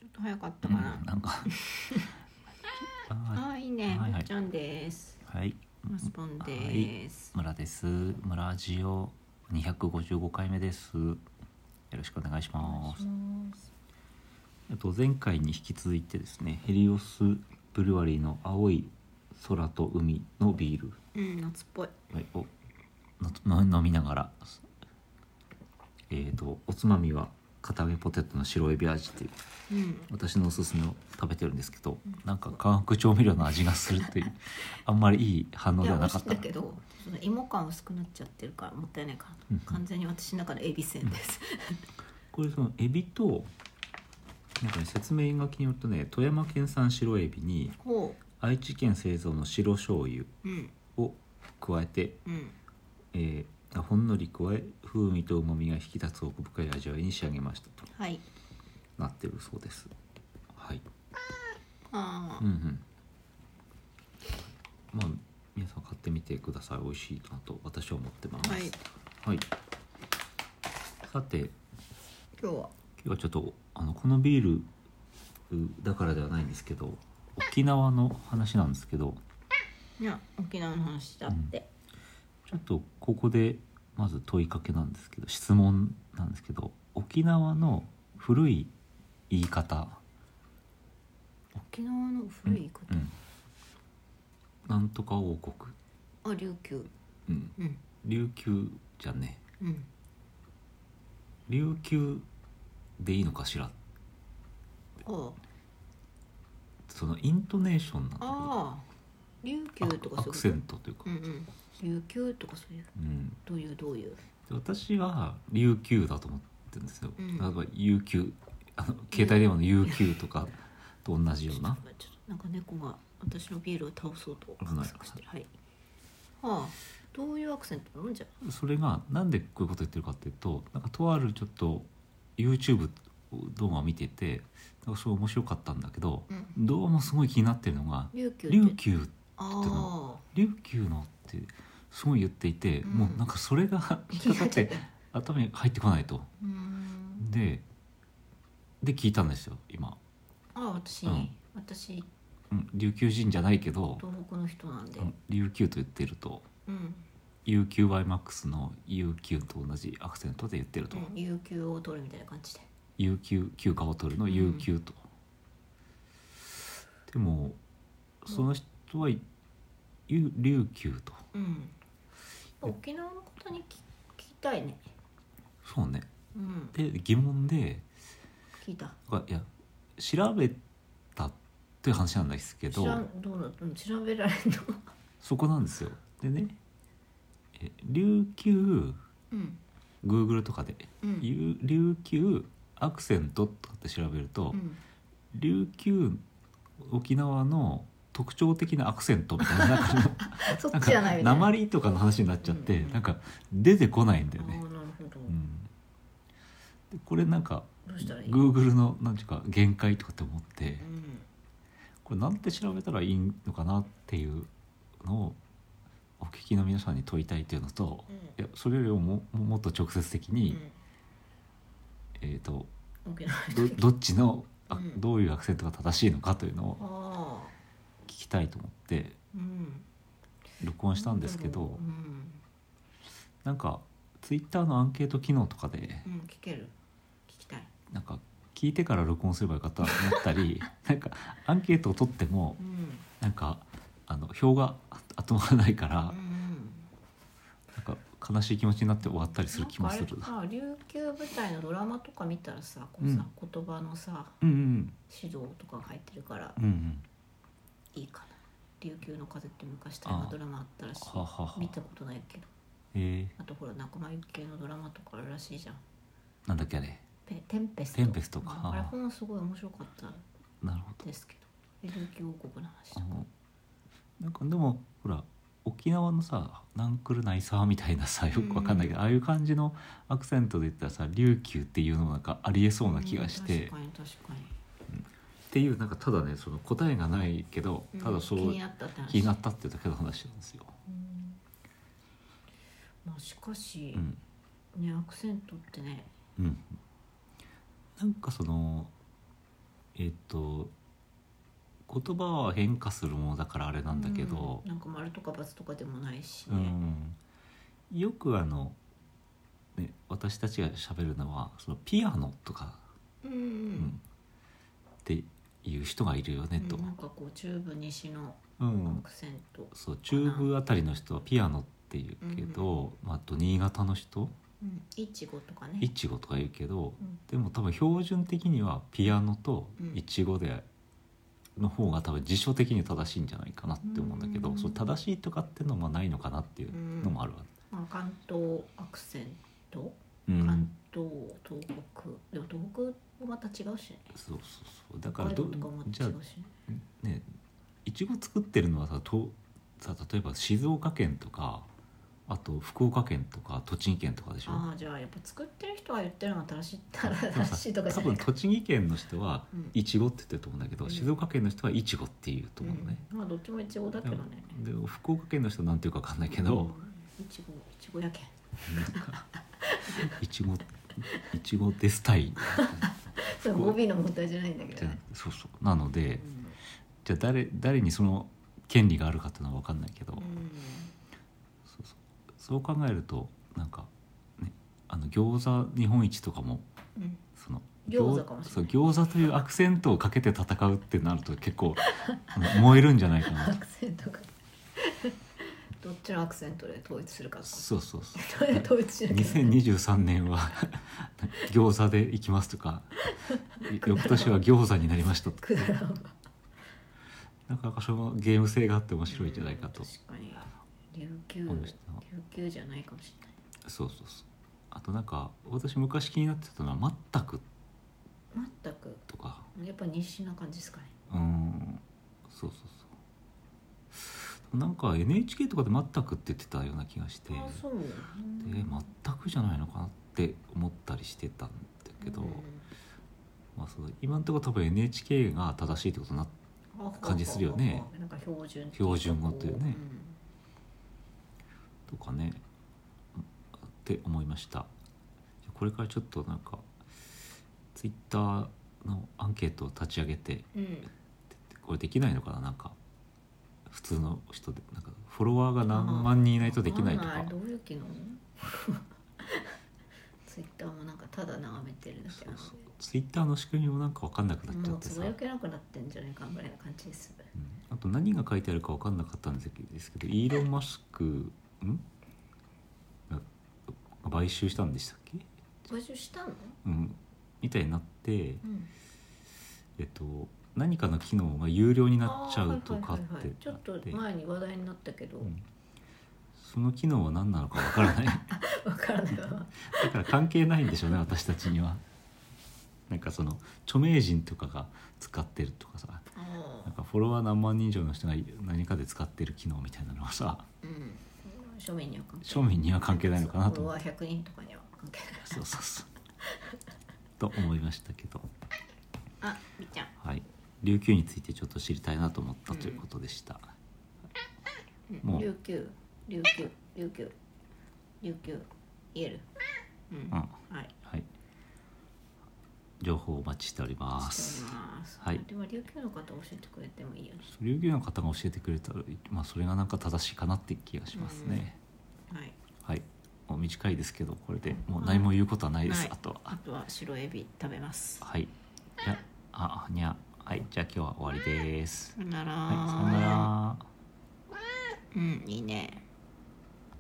ょっと早かったかな、 なんかいいね、 はいはいむっちゃんです。 はい、 マスポンです。 村です。村ジオ255回目です。よろしくお願いします。前回に引き続いてですね、ヘリオスブルワリーの青い空と海のビール、 夏っぽい、 を飲みながら、おつまみは片揚げポテトの白エビ味っていう私のおすすめを食べてるんですけど、なんか化学調味料の味がするっていうあんまりいい反応ではなかった。 いや美味しいんだけど、その芋感薄くなっちゃってるからもったいないから、完全に私の中でエビせんです、 これそのエビとなんか、ね、説明書きによるとね、富山県産白エビに愛知県製造の白醤油を加えて、ほんのり加え風味とうまみが引き立つ奥深い味わいに仕上げましたと、なってるそうです。はい。まあ皆さん買ってみてください。美味しいなと私は思ってます。はい。さて今日はちょっとこのビールだからではないんですけど、沖縄の話なんですけど、 いや沖縄の話だって、 ちょっとここでまず問いかけなんですけど、質問なんですけど、沖縄の古い言い方、 沖縄の古い言い方、 なんとか王国、 琉球、 琉球じゃね、琉球でいいのかしら。そのイントネーションなんだけど、 琉球とかアクセントというか、 琉球とかそういう、どういう私は琉球だと思ってるんですよ。例えば UQ、携帯電話の UQ とかと同じような、 ちょっとなんか猫が私のビールを倒そうと画策してる。どういうアクセントなの？じゃあそれがなんでこういうこと言ってるかっていうと、なんかとあるちょっと YouTube 動画を見てて、なんかすごい面白かったんだけど、どうもすごい気になってるのが琉球っての琉球のってすごい言っていて、もうなんかそれが引っかかって頭に入ってこないと。で聞いたんですよ今。 私、 琉球人じゃないけど東北の人なんで、 琉球と言ってると、UQYMAX の UQ と同じアクセントで言ってると、 有給を取るみたいな感じで、 有給休暇を取るの有給と、でもその人は琉球と、 沖縄の方に聞きたいね。 そうね、で疑問で聞いた。 いや調べたという話なんですけど、 どうなの？調べられるの？ そこなんですよ。でね、琉球、Google とかで、琉球アクセントとかって調べると、琉球沖縄の特徴的なアクセントみたいな中のそっちじゃないみたいな、 訛りとかの話になっちゃって、なんか出てこないんだよね。 なるほど。 でこれなんかどうしたらいい？ Google のなんていうか限界とかって思って、これなんて調べたらいいのかなっていうのをお聞きの皆さんに問いたいというのと、いやそれよりももっと直接的に、どっちのどういうアクセントが正しいのかというのを聞きたいと思って録音したんですけど、なんかツイッターのアンケート機能とかで、 聞きたい。 なんか聞いてから録音すればよかったと思ったりなんかアンケートを取っても、なんか票が集まらないから、なんか悲しい気持ちになって終わったりする気もする。 琉球舞台のドラマとか見たらさ、こうさ、言葉のさ、指導とかが入ってるから、いいかな。琉球の風って昔大河ドラマあったらしい。見たことないけど。あとほら仲間由紀系のドラマとかあるらしいじゃん。 なんだっけあれ。 テンペストか。あれ本すごい面白かったですけど。琉球王国の話。 なんかでもほら沖縄のさナンクルナイサーみたいなさ、よくわかんないけど、ああいう感じのアクセントで言ったらさ、琉球っていうのもなんかありえそうな気がして、 確かにっていう、なんかただね、その答えがないけど、ただそう気になったっていうだけの話なんですよ。 しかし、アクセントってね、 なんかその言葉は変化するものだからあれなんだけど、 なんか丸とか×とかでもないし、 よくね、私たちが喋るのはそのピアノとか、っていう人がいるよねと、 なんかこう中部西のアクセント、 そう中部あたりの人はピアノっていうけど、あと新潟の人、 いちごとかね、 いちごとか言うけど、でも多分標準的にはピアノといちごでの方が多分辞書的に正しいんじゃないかなって思うんだけど、そう正しいとかっていうのもないのかなっていうのもあるわけ。 関東アクセント、関東、東北、でも東北もまた違うしね。 そうだからじゃあね、いちご作ってるのはさ例えば静岡県とか、あと福岡県とか栃木県とかでしょ。 じゃあやっぱ作ってる人が言ってるのは正しいとかじゃないか。 多分栃木県の人はいちごって言ってると思うんだけど、静岡県の人はいちごっていうと思うのね。 どっちもいちごだけどね。 で福岡県の人はなんていうか分かんないけど、 いちごやけん。 いちごですたい。 それ語尾の問題じゃないんだけどね。 そうなので、じゃあ誰にその権利があるかっていうのは分かんないけど、そう考えるとなんかね、餃子日本一とかも、その餃子かもしれない。 餃子というアクセントをかけて戦うってなると結構燃えるんじゃないかな。 アクセントか。どっちのアクセントで統一するか。 そう統一しなきゃ。 2023年は餃子でいきますとか、翌年は餃子になりましたとか。なかなかそのゲーム性があって面白いんじゃないかと。 確かに琉球じゃないかもしれない。 そうあとなんか私昔気になってたのは全くとか、 やっぱ西な感じですかね。 そうなんか NHK とかで全くって言ってたような気がして、で全くじゃないのかなって思ったりしてたんだけど、今のところ多分 NHK が正しいってことな感じするよね。 なんか標準語というね、とかねって思いました。これからちょっとなんかツイッターのアンケートを立ち上げて、これできないのかな、なんか普通の人でなんかフォロワーが何万人いないとできないとか。 どういう機能？ツイッターもなんかただ眺めてるだけなので、 ツイッターの仕組みもなんか分かんなくなっちゃってさ、 もうつぶやけなくなってんじゃないかぐらいな感じです。 あと何が書いてあるか分かんなかったんですけど、イーロン・マスク買収したんでしたっけ？ 買収したの？ みたいになって、何かの機能が有料になっちゃうとかってちょっと前に話題になったけど、 その機能は何なのか分からない分からないわ。 だから関係ないんでしょうね、私たちには。なんかその著名人とかが使ってるとかさ、なんかフォロワー何万人以上の人が何かで使ってる機能みたいなのはさ、 庶民には関係ないのかなとフォロワー100人とかには関係ない。 そうと思いましたけど、 みっちゃん、 はい、琉球についてちょっと知りたいなと思ったということでした。 もう琉球言える？はい、 情報お待ちしております。はい。 でも琉球の方教えてくれてもいいよね。 琉球の方が教えてくれたら、それがなんか正しいかなって気がしますね。はい。もう短いですけど、これでもう何も言うことはないです。あとは白エビ食べます。 はい。じゃはい、じゃあ今日は終わりです。 さよなら。 はい、さよなら。 いいね。